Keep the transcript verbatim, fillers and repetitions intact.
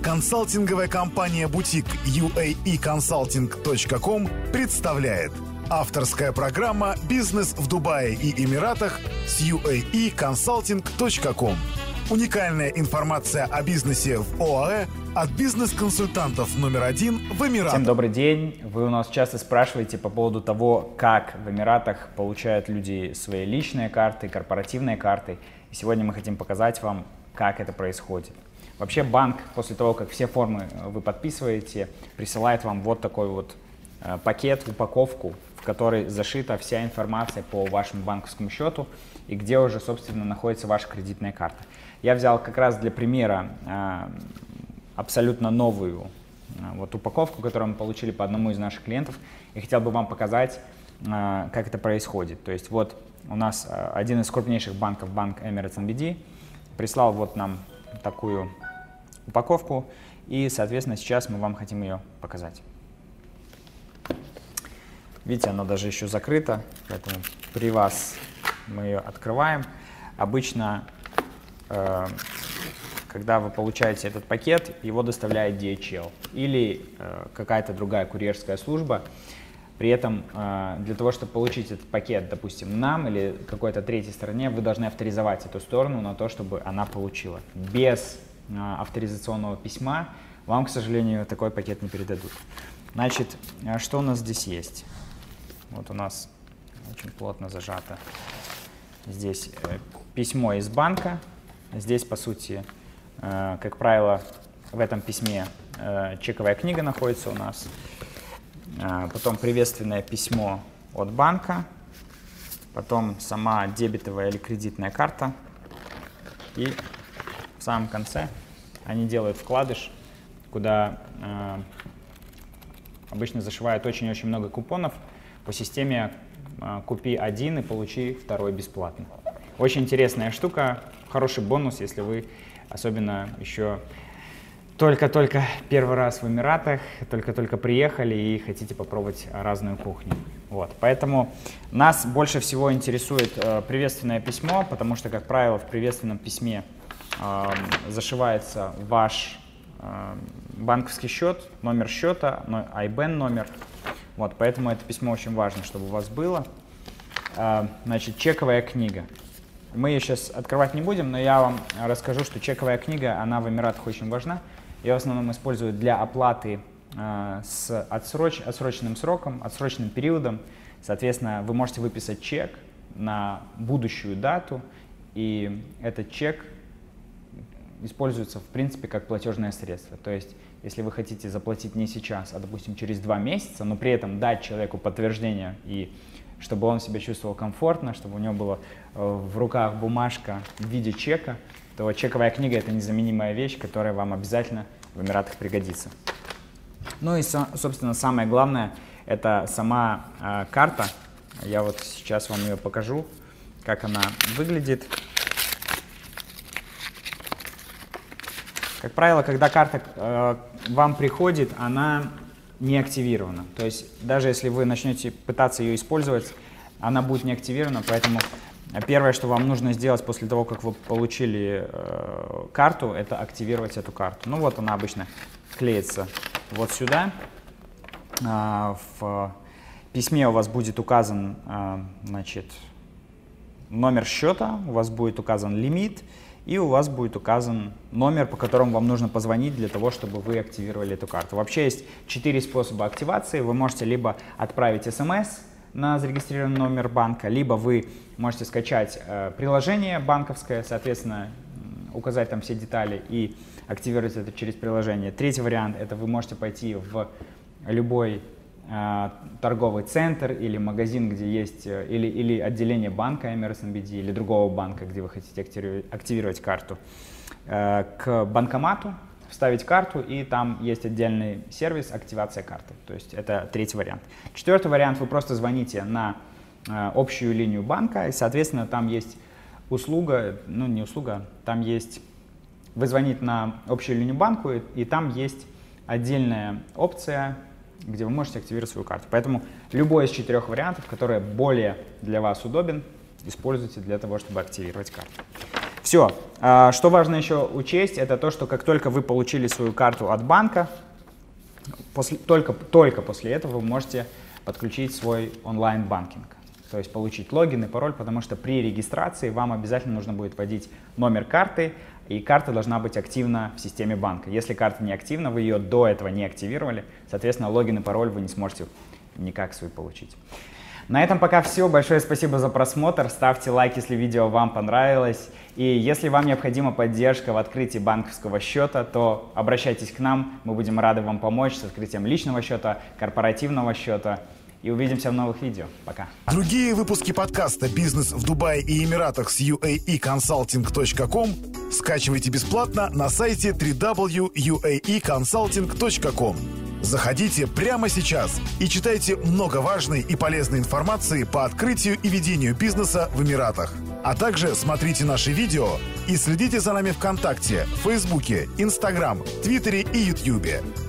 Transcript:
Консалтинговая компания «Бутик» ю эй и консалтинг точка ком представляет авторская программа «Бизнес в Дубае и Эмиратах» с ю эй и консалтинг точка ком. Уникальная информация о бизнесе в ОАЭ от бизнес-консультантов номер один в Эмиратах. Всем добрый день. Вы у нас часто спрашиваете по поводу того, как в Эмиратах получают люди свои личные карты, корпоративные карты. И сегодня мы хотим показать вам, как это происходит. Вообще банк, после того, как все формы вы подписываете, присылает вам вот такой вот э, пакет, упаковку, в которой зашита вся информация по вашему банковскому счету и где уже, собственно, находится ваша кредитная карта. Я взял как раз для примера э, абсолютно новую э, вот упаковку, которую мы получили по одному из наших клиентов, и хотел бы вам показать, э, как это происходит. То есть вот у нас э, один из крупнейших банков, банк Emirates эн би ди, прислал вот нам такую упаковку, и, соответственно, сейчас мы вам хотим ее показать. Видите, она даже еще закрыта, поэтому при вас мы ее открываем. Обычно, э, когда вы получаете этот пакет, его доставляет ди эйч эл или э, какая-то другая курьерская служба. При этом э, для того, чтобы получить этот пакет, допустим, нам или какой-то третьей стороне, вы должны авторизовать эту сторону на то, чтобы она получила. Без э, авторизационного письма вам, к сожалению, такой пакет не передадут. Значит, э, что у нас здесь есть? Вот у нас очень плотно зажато здесь э, письмо из банка. Здесь, по сути, э, как правило, в этом письме э, чековая книга находится у нас. Потом приветственное письмо от банка, потом сама дебетовая или кредитная карта, и в самом конце они делают вкладыш, куда э, обычно зашивают очень-очень много купонов по системе э, «Купи один и получи второй бесплатно». Очень интересная штука, хороший бонус, если вы особенно еще только-только первый раз в Эмиратах, только-только приехали и хотите попробовать разную кухню. Вот. Поэтому нас больше всего интересует э, приветственное письмо, потому что, как правило, в приветственном письме э, зашивается ваш э, банковский счет, номер счета, ай бэн номер. Вот. Поэтому это письмо очень важно, чтобы у вас было. Э, значит, чековая книга. Мы ее сейчас открывать не будем, но я вам расскажу, что чековая книга, она в Эмиратах очень важна. Ее в основном используют для оплаты э, с отсроч, отсроченным сроком, отсроченным периодом. Соответственно, вы можете выписать чек на будущую дату, и этот чек используется, в принципе, как платежное средство. То есть, если вы хотите заплатить не сейчас, а, допустим, через два месяца, но при этом дать человеку подтверждение, и чтобы он себя чувствовал комфортно, чтобы у него была э, в руках бумажка в виде чека, то чековая книга — это незаменимая вещь, которая вам обязательно в Эмиратах пригодится. Ну и, собственно, самое главное — это сама э, карта. Я вот сейчас вам ее покажу, как она выглядит. Как правило, когда карта э, вам приходит, она не активирована. То есть даже если вы начнете пытаться ее использовать, она будет не активирована, поэтому первое, что вам нужно сделать после того, как вы получили э, карту, это активировать эту карту. Ну вот она обычно клеится вот сюда. Э, в письме у вас будет указан э, значит, номер счета, у вас будет указан лимит, и у вас будет указан номер, по которому вам нужно позвонить для того, чтобы вы активировали эту карту. Вообще есть четыре способа активации. Вы можете либо отправить эс эм эс на зарегистрированный номер банка, либо вы можете скачать э, приложение банковское, соответственно, указать там все детали и активировать это через приложение. Третий вариант — это вы можете пойти в любой э, торговый центр или магазин, где есть, э, или, или отделение банка Emirates эн би ди или другого банка, где вы хотите активировать, активировать карту, э, к банкомату, вставить карту, и там есть отдельный сервис активация карты. То есть это третий вариант. Четвертый вариант — вы просто звоните на э, общую линию банка, и, соответственно, там есть услуга, ну не услуга, там есть, вы звоните на общую линию банку, и, и там есть отдельная опция, где вы можете активировать свою карту. Поэтому любой из четырех вариантов, который более для вас удобен, используйте для того, чтобы активировать карту. Все. Что важно еще учесть, это то, что как только вы получили свою карту от банка, после, только, только после этого вы можете подключить свой онлайн-банкинг. То есть получить логин и пароль, потому что при регистрации вам обязательно нужно будет вводить номер карты, и карта должна быть активна в системе банка. Если карта не активна, вы ее до этого не активировали, соответственно, логин и пароль вы не сможете никак свой получить. На этом пока все. Большое спасибо за просмотр. Ставьте лайк, если видео вам понравилось. И если вам необходима поддержка в открытии банковского счета, то обращайтесь к нам. Мы будем рады вам помочь с открытием личного счета, корпоративного счета. И увидимся в новых видео. Пока. Другие выпуски подкаста «Бизнес в Дубае и Эмиратах» с ю эй и консалтинг точка ком скачивайте бесплатно на сайте дабл ю дабл ю дабл ю точка ю эй и консалтинг точка ком. Заходите прямо сейчас и читайте много важной и полезной информации по открытию и ведению бизнеса в Эмиратах. А также смотрите наши видео и следите за нами ВКонтакте, Фейсбуке, Инстаграм, Твиттере и Ютьюбе.